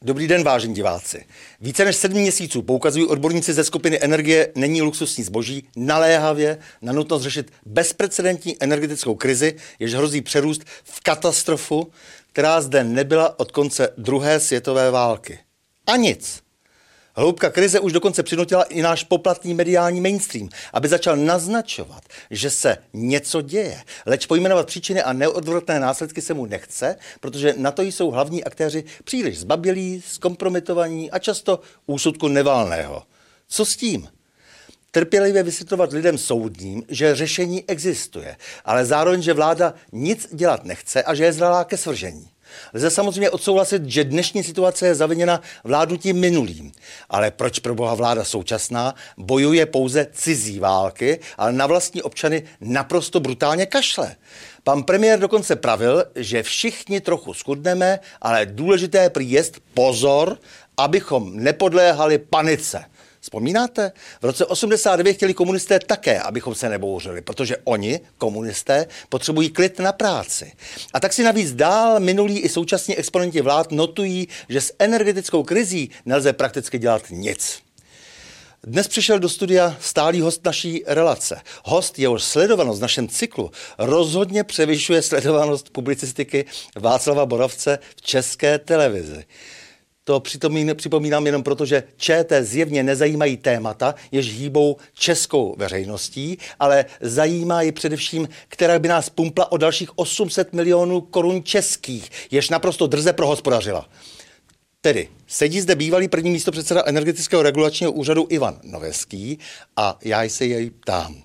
Dobrý den, vážení diváci. Více než 7 měsíců poukazují odborníci ze skupiny Energie není luxusní zboží naléhavě na nutnost řešit bezprecedentní energetickou krizi, jež hrozí přerůst v katastrofu, která zde nebyla od konce druhé světové války. A nic. Hloubka krize už dokonce přinutila i náš poplatný mediální mainstream, aby začal naznačovat, že se něco děje, leč pojmenovat příčiny a neodvratné následky se mu nechce, protože na to jsou hlavní aktéři příliš zbabělí, zkompromitovaní a často úsudku nevalného. Co s tím? Trpělivě vysvětlovat lidem soudním, že řešení existuje, ale zároveň, že vláda nic dělat nechce a že je zralá ke svržení. Lze samozřejmě odsouhlasit, že dnešní situace je zaviněna vládnutím minulým. Ale proč proboha vláda současná bojuje pouze cizí války, ale na vlastní občany naprosto brutálně kašle? Pan premiér dokonce pravil, že všichni trochu schudneme, ale důležité prý jest pozor, abychom nepodléhali panice. Vzpomínáte? V roce 89 chtěli komunisté také, abychom se nebouřili, protože oni, komunisté, potřebují klid na práci. A tak si navíc dál minulí i současní exponenti vlád notují, že s energetickou krizí nelze prakticky dělat nic. Dnes přišel do studia stálý host naší relace. Host, jehož sledovanost v našem cyklu rozhodně převyšuje sledovanost publicistiky Václava Borovce v České televizi. To připomínám jenom proto, že ČT zjevně nezajímají témata, jež hýbou českou veřejností, ale zajímá ji především, která by nás pumpla o dalších 800 milionů korun českých, jež naprosto drze prohospodařila. Tedy sedí zde bývalý první místopředseda Energetického regulačního úřadu Ivan Noveský a já se jej ptám.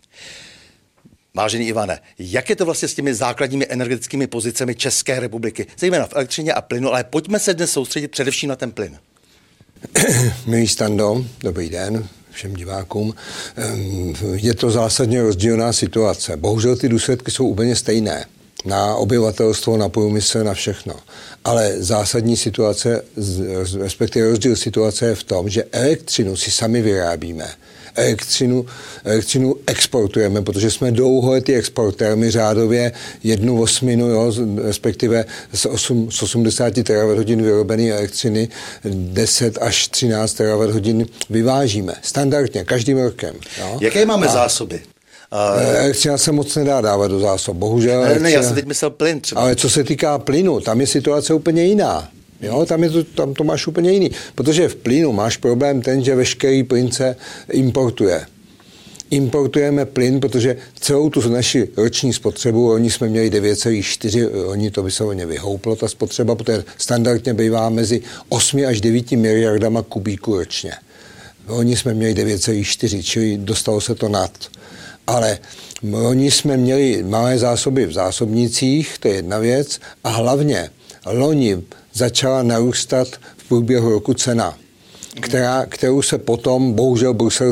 Vážený Ivane, jak je to vlastně s těmi základními energetickými pozicemi České republiky, zejména v elektřině a plynu, ale pojďme se dnes soustředit především na ten plyn. Milý Stando, dobrý den všem divákům. Je to zásadně rozdílná situace. Bohužel ty důsledky jsou úplně stejné. Na obyvatelstvo, na průmysl, na všechno. Ale zásadní situace, respektive rozdíl situace je v tom, že elektřinu si sami vyrábíme. Elektřinu exportujeme, protože jsme dlouholetí exportér, my řádově 1/8, respektive z 80 TWh vyrobené elektřiny 10 až 13 TWh vyvážíme. Standardně, každým rokem. Jo? Jaké máme zásoby? Elektřina se moc nedá dávat do zásob, bohužel. Ne, já jsem teď myslel plyn třeba. Ale co se týká plynu, tam je situace úplně jiná. Jo, tam to máš úplně jiný. Protože v plynu máš problém ten, že veškerý plyn se importuje. Importujeme plyn, protože celou tu naši roční spotřebu, oni jsme měli 9,4, oni to vysloveně vyhouplo, ta spotřeba, protože standardně bývá mezi 8 až 9 miliardama kubíků ročně. Oni jsme měli 9,4, čili dostalo se to nad. Ale oni jsme měli malé zásoby v zásobnicích, to je jedna věc, a hlavně loni začala narůstat v průběhu roku cena, kterou se potom, bohužel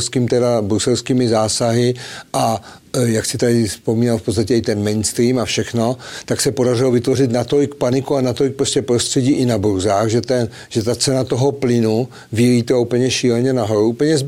bruselskými zásahy a jak si tady vzpomínal v podstatě i ten mainstream a všechno, tak se podařilo vytvořit natolik paniku a natolik prostě prostředí i na burzách, že ta cena toho plynu vylítla úplně šíleně nahoru, úplně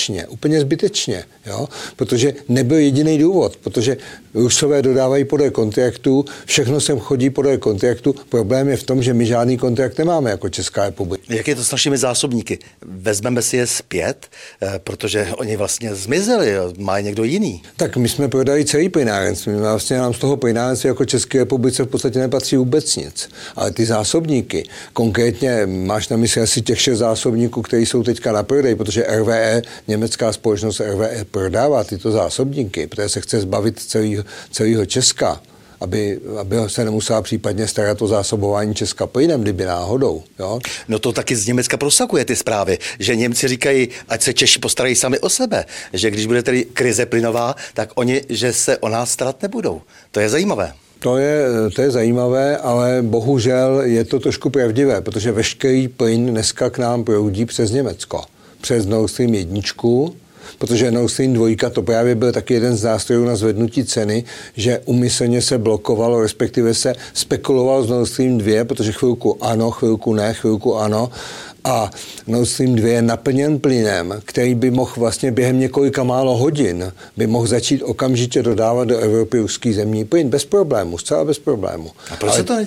zbytečně, jo? Protože nebyl jediný důvod, protože Rusové dodávají podle kontraktu, všechno sem chodí podle kontraktu, problém je v tom, že my žádný kontrakt nemáme jako Česká republika. Jak je to s našimi zásobníky? Vezmeme si je zpět, protože oni vlastně zmizeli, má je někdo jiný. Tak my jsme prodali celý plynárenství. Vlastně nám z toho plynárenství jako České republice v podstatě nepatří vůbec nic. Ale ty zásobníky, konkrétně máš na mysli asi těch 6 zásobníků, které jsou teďka na prodej, protože RWE, německá společnost RWE prodává tyto zásobníky, protože se chce zbavit celého Česka, aby se nemusela případně starat o zásobování Česka plynem, kdyby náhodou. Jo? No to taky z Německa prosakuje ty zprávy, že Němci říkají, ať se Češi postarají sami o sebe, že když bude tedy krize plynová, tak oni, že se o nás starat nebudou. To je zajímavé. To je zajímavé, ale bohužel je to trošku pravdivé, protože veškerý plyn dneska k nám proudí přes Německo. Přes Nord Stream 1, protože Nord Stream 2 to právě byl taky jeden z nástrojů na zvednutí ceny, že umyslně se blokovalo, respektive se spekulovalo z Nord Stream 2, protože chvilku ano, chvilku ne, chvilku ano. A Nord Stream 2 je naplněn plynem, který by mohl vlastně během několika málo hodin by mohl začít okamžitě dodávat do Evropy ruský zemní plyn bez problému, zcela bez problému. A proč se to neděje?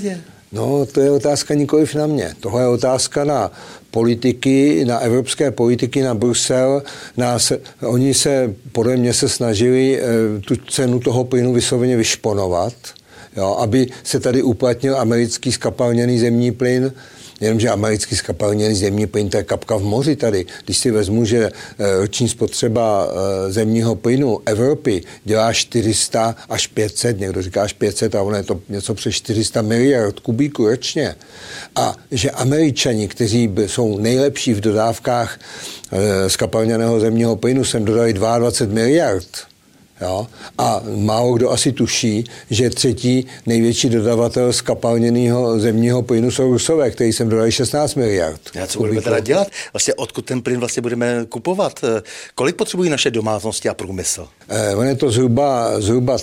No, to je otázka nikoliv na mě. Tohle je otázka na politiky, na evropské politiky, na Brusel. Oni se, podle mě se snažili tu cenu toho plynu vysloveně vyšponovat, jo, aby se tady uplatnil americký skapalněný zemní plyn. Jenomže americký skapalněný zemní plyn, to je kapka v moři tady. Když si vezmu, že roční spotřeba zemního plynu Evropy dělá 400 až 500, někdo říká až 500, a ono je to něco přes 400 miliard kubíků ročně. A že Američani, kteří jsou nejlepší v dodávkách skapalněného zemního plynu, sem dodali 22 miliard. Jo? A málo kdo asi tuší, že třetí největší dodavatel skapalněného zemního plynu jsou Rusové, kteří sem dodali 16 miliard. A co budeme teda dělat? Vlastně odkud ten plyn vlastně budeme kupovat? Kolik potřebují naše domácnosti a průmysl? On je to zhruba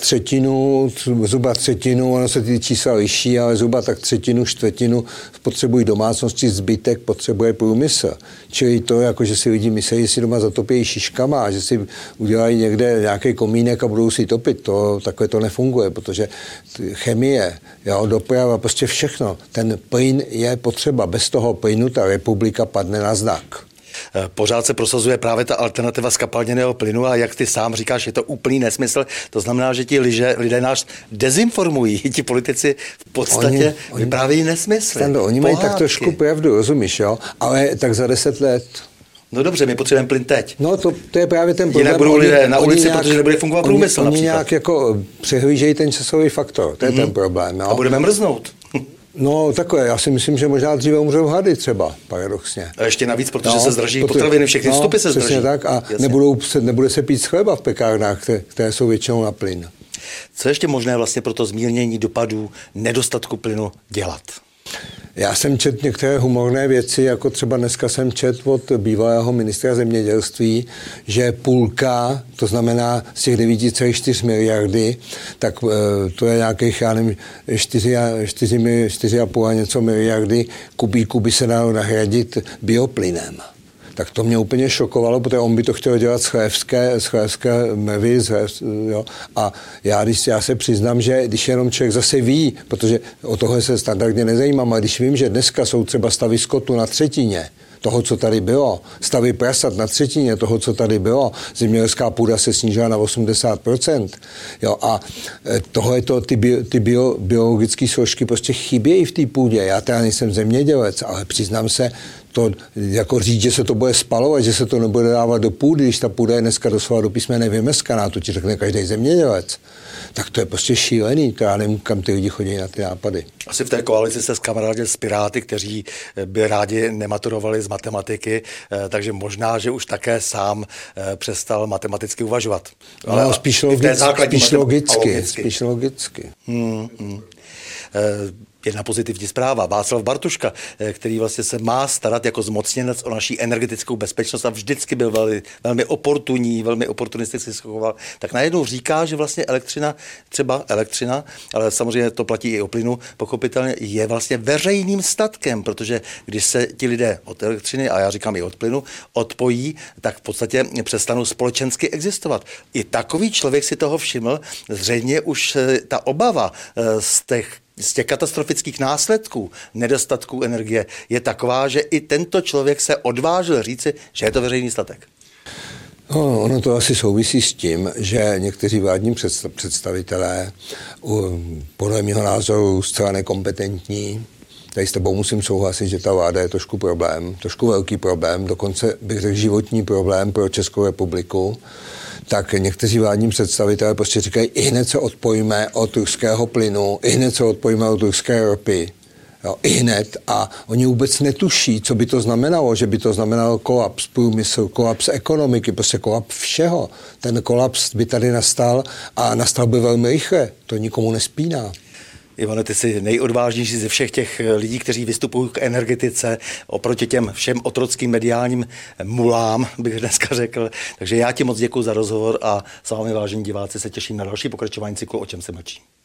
třetinu, ono se ty čísla liší, ale zhruba tak třetinu, čtvrtinu potřebují domácnosti, zbytek potřebuje průmysl. Čili to, jako že si lidi myslí, že si doma zatopí šiškama a že si udělají někde nějaký komínek a budou si topit. Takhle to nefunguje, protože chemie, jo, doprava, prostě všechno. Ten plyn je potřeba. Bez toho plynu ta republika padne na znak. Pořád se prosazuje právě ta alternativa skapalněného plynu a jak ty sám říkáš, je to úplný nesmysl. To znamená, že ti lidé nás dezinformují. Ti politici v podstatě vyprávějí nesmysly. Stando, oni mají tak trošku pravdu, rozumíš, jo? Ale tak za 10 let. No dobře, my potřebujeme plyn teď. No to je právě ten problém. Jinak budou lidé na ulici, protože nebude fungovat průmysl Oni například. nějak jako přehlížejí ten časový faktor. To je ten problém. Jo? A budeme mrznout. No takové, já si myslím, že možná dříve umřou hady třeba, paradoxně. A ještě navíc, protože se zdraží potraviny, všechny vstupy se zdraží. Tak a nebude se pít z chleba v pekárnách, které jsou většinou na plyn. Co ještě možné vlastně pro to zmírnění dopadů nedostatku plynu dělat? Já jsem četl některé humorné věci, jako třeba dneska jsem četl od bývalého ministra zemědělství, že půlka, to znamená z těch 9,4 miliardy, tak to je nějakých, já nevím, 4,5 a něco miliardy kubíků by se dalo nahradit bioplynem. Tak to mě úplně šokovalo, protože on by to chtěl dělat z chlévské mluvy, jo. A já se přiznám, že když jenom člověk zase ví, protože o tohle se standardně nezajímám, ale když vím, že dneska jsou třeba stavy skotu na třetině toho, co tady bylo, stavy prasat na třetině toho, co tady bylo, zemědělská půda se snížila na 80%. Jo, a ty biologické složky prostě chybějí v té půdě. Já teda nejsem zemědělec, ale přiznám se, to jako říct, že se to bude spalovat, že se to nebude dávat do půdy, když ta půda je dneska doslova do písmene vymeskaná, to ti řekne každý zemědělec. Tak to je prostě šílený, to já nevím, kam ty lidi chodí na ty nápady. Asi v té koalici se kamarádě s Piráty, kteří by rádi nematurovali z matematiky, takže možná, že už také sám přestal matematicky uvažovat. Ale no, spíš logicky. Jedna pozitivní zpráva. Václav Bartuška, který vlastně se má starat jako zmocněnec o naší energetickou bezpečnost a vždycky byl velmi oportunní, velmi oportunisticky se choval, tak najednou říká, že vlastně elektřina, ale samozřejmě to platí i o plynu, pochopitelně je vlastně veřejným statkem, protože když se ti lidé od elektřiny, a já říkám i od plynu, odpojí, tak v podstatě přestanou společensky existovat. I takový člověk si toho všiml, zřejmě už ta obava z těch katastrofických následků nedostatků energie je taková, že i tento člověk se odvážil říci, že je to veřejný statek. No, ono to asi souvisí s tím, že někteří vládní představitelé, podle mého názoru zcela nekompetentní, tady s tebou musím souhlasit, že ta vláda je trošku velký problém, dokonce bych řekl životní problém pro Českou republiku, tak někteří vládní představitelé prostě říkají, i hned se odpojíme od ruského plynu, i hned se odpojíme od ruské ropy. Jo, i hned. A oni vůbec netuší, co by to znamenalo, že by to znamenalo kolaps průmyslu, kolaps ekonomiky, prostě kolaps všeho. Ten kolaps by tady nastal a nastal by velmi rychle. To nikomu nespíná. Ivane, ty jsi nejodvážnější ze všech těch lidí, kteří vystupují k energetice oproti těm všem otrockým mediálním mulám, bych dneska řekl. Takže já ti moc děkuji za rozhovor a s vámi, vážení diváci, se těším na další pokračování cyklu O čem se mlčí.